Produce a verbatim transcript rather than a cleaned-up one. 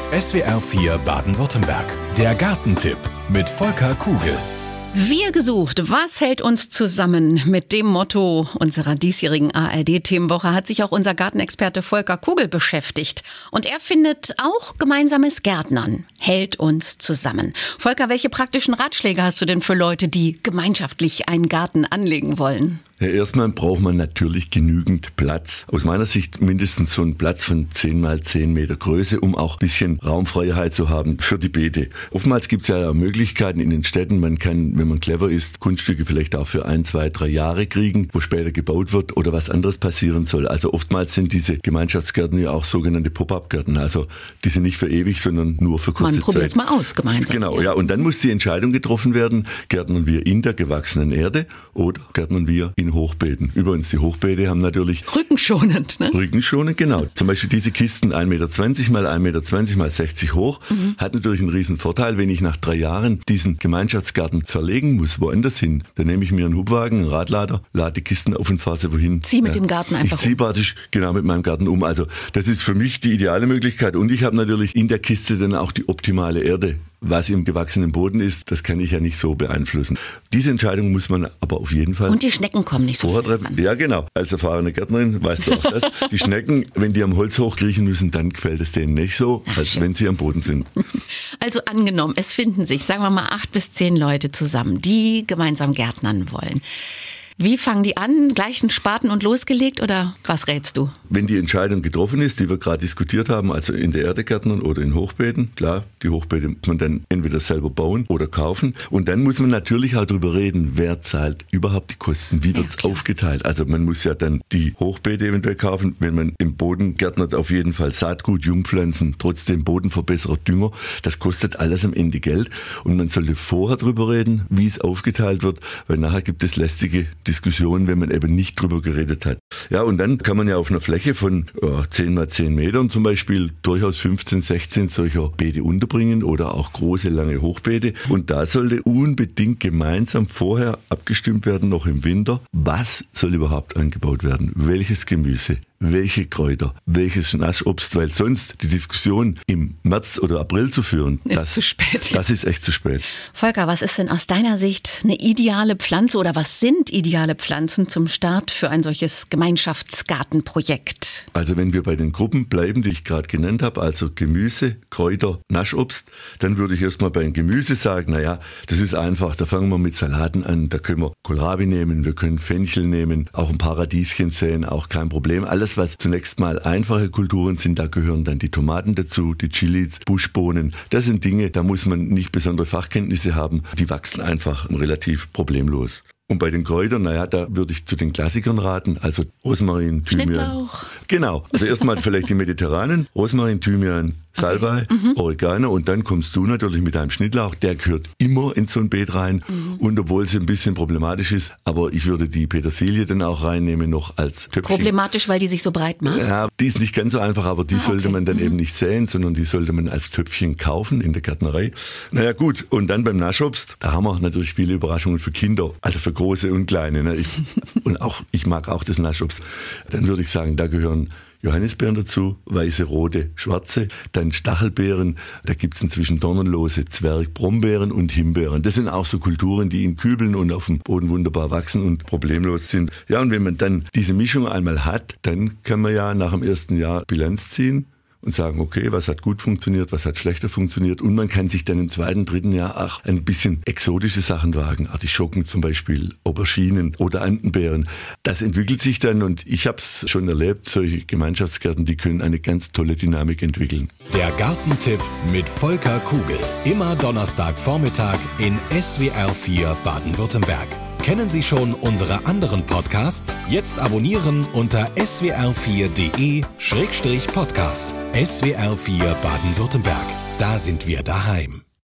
S W R vier Baden-Württemberg. Der Gartentipp mit Volker Kugel. Wir gesucht, was hält uns zusammen? Mit dem Motto unserer diesjährigen A R D-Themenwoche hat sich auch unser Gartenexperte Volker Kugel beschäftigt. Und er findet auch gemeinsames Gärtnern hält uns zusammen. Volker, welche praktischen Ratschläge hast du denn für Leute, die gemeinschaftlich einen Garten anlegen wollen? Ja, erstmal braucht man natürlich genügend Platz. Aus meiner Sicht mindestens so einen Platz von zehn mal zehn Meter Größe, um auch ein bisschen Raumfreiheit zu haben für die Beete. Oftmals gibt es ja Möglichkeiten in den Städten. Man kann, wenn man clever ist, Grundstücke vielleicht auch für ein, zwei, drei Jahre kriegen, wo später gebaut wird oder was anderes passieren soll. Also oftmals sind diese Gemeinschaftsgärten ja auch sogenannte Pop-up-Gärten. Also die sind nicht für ewig, sondern nur für kurze Zeit. Man probiert es mal aus gemeinsam. Genau, ja. Und dann muss die Entscheidung getroffen werden, gärtnern wir in der gewachsenen Erde oder gärtnern wir in Hochbeeten. Übrigens, die Hochbeete haben natürlich... Rückenschonend, ne? Rückenschonend, genau. Zum Beispiel diese Kisten ein Meter zwanzig mal ein Meter zwanzig mal sechzig hoch, mhm. hat natürlich einen riesen Vorteil, wenn ich nach drei Jahren diesen Gemeinschaftsgarten verlegen muss, woanders hin. Dann nehme ich mir einen Hubwagen, einen Radlader, lade die Kisten auf und fahre sie wohin. Zieh mit ja. dem Garten einfach Ich ziehe praktisch genau mit meinem Garten um. Also das ist für mich die ideale Möglichkeit. Und ich habe natürlich in der Kiste dann auch die optimale Erde. Was im gewachsenen Boden ist, das kann ich ja nicht so beeinflussen. Diese Entscheidung muss man aber auf jeden Fall... Und die Schnecken kommen nicht so vorher treffen. Ja, genau. Als erfahrene Gärtnerin weißt du auch das. Die Schnecken, wenn die am Holz hochkriechen müssen, dann gefällt es denen nicht so, Ach, als schön. wenn sie am Boden sind. Also angenommen, es finden sich, sagen wir mal, acht bis zehn Leute zusammen, die gemeinsam gärtnern wollen. Wie fangen die an? Gleich einen Spaten und losgelegt oder was rätst du? Wenn die Entscheidung getroffen ist, die wir gerade diskutiert haben, also in der Erde gärtnern oder in Hochbeeten, klar, die Hochbeete muss man dann entweder selber bauen oder kaufen. Und dann muss man natürlich auch darüber reden, wer zahlt überhaupt die Kosten, wie wird's ja, aufgeteilt. Also man muss ja dann die Hochbeete eventuell kaufen, wenn man im Boden gärtnert, auf jeden Fall Saatgut, Jungpflanzen, trotzdem Bodenverbesserer, Dünger. Das kostet alles am Ende Geld. Und man sollte vorher darüber reden, wie es aufgeteilt wird, weil nachher gibt es lästige Diskussionen, wenn man eben nicht drüber geredet hat. Ja, und dann kann man ja auf einer Fläche von ja, zehn mal zehn Metern zum Beispiel durchaus fünfzehn, sechzehn solcher Beete unterbringen oder auch große, lange Hochbeete. Und da sollte unbedingt gemeinsam vorher abgestimmt werden, noch im Winter, was soll überhaupt angebaut werden, welches Gemüse, welche Kräuter, welches Naschobst, weil sonst die Diskussion im März oder April zu führen, ist das, zu spät. Das ist echt zu spät. Volker, was ist denn aus deiner Sicht eine ideale Pflanze oder was sind ideale Pflanzen zum Start für ein solches Gemeinschaftsgartenprojekt? Also wenn wir bei den Gruppen bleiben, die ich gerade genannt habe, also Gemüse, Kräuter, Naschobst, dann würde ich erstmal bei den Gemüse sagen, naja, das ist einfach, da fangen wir mit Salaten an, da können wir Kohlrabi nehmen, wir können Fenchel nehmen, auch ein paar Radieschen säen, auch kein Problem. Alles, was zunächst mal einfache Kulturen sind, da gehören dann die Tomaten dazu, die Chilis, Buschbohnen. Das sind Dinge, da muss man nicht besondere Fachkenntnisse haben. Die wachsen einfach relativ problemlos. Und bei den Kräutern, naja, da würde ich zu den Klassikern raten, also Rosmarin, Thymian. Schnittlauch. Genau, also erstmal vielleicht die mediterranen, Rosmarin, Thymian, Salbei, okay. mhm. Oregano und dann kommst du natürlich mit deinem Schnittlauch, der gehört immer in so ein Beet rein mhm. und obwohl es ein bisschen problematisch ist, aber ich würde die Petersilie dann auch reinnehmen noch als Töpfchen. Problematisch, weil die sich so breit macht? Ja, die ist nicht ganz so einfach, aber die ah, sollte okay. man dann mhm. eben nicht säen, sondern die sollte man als Töpfchen kaufen in der Gärtnerei. Naja gut, und dann beim Naschobst, da haben wir natürlich viele Überraschungen für Kinder, also für große und kleine. Ne? Ich, und auch, ich mag auch das Naschobst. Dann würde ich sagen, da gehören Johannisbeeren dazu, weiße, rote, schwarze, dann Stachelbeeren, da gibt's inzwischen Dornenlose, Zwergbrombeeren und Himbeeren. Das sind auch so Kulturen, die in Kübeln und auf dem Boden wunderbar wachsen und problemlos sind. Ja, und wenn man dann diese Mischung einmal hat, dann kann man ja nach dem ersten Jahr Bilanz ziehen und sagen, okay, was hat gut funktioniert, was hat schlechter funktioniert. Und man kann sich dann im zweiten, dritten Jahr auch ein bisschen exotische Sachen wagen. Artischocken zum Beispiel, Auberginen oder Andenbeeren. Das entwickelt sich dann und ich habe es schon erlebt, solche Gemeinschaftsgärten, die können eine ganz tolle Dynamik entwickeln. Der Gartentipp mit Volker Kugel. Immer Donnerstagvormittag in S W R vier Baden-Württemberg. Kennen Sie schon unsere anderen Podcasts? Jetzt abonnieren unter s w r vier punkt d e Schrägstrich Podcast. S W R vier Baden-Württemberg. Da sind wir daheim.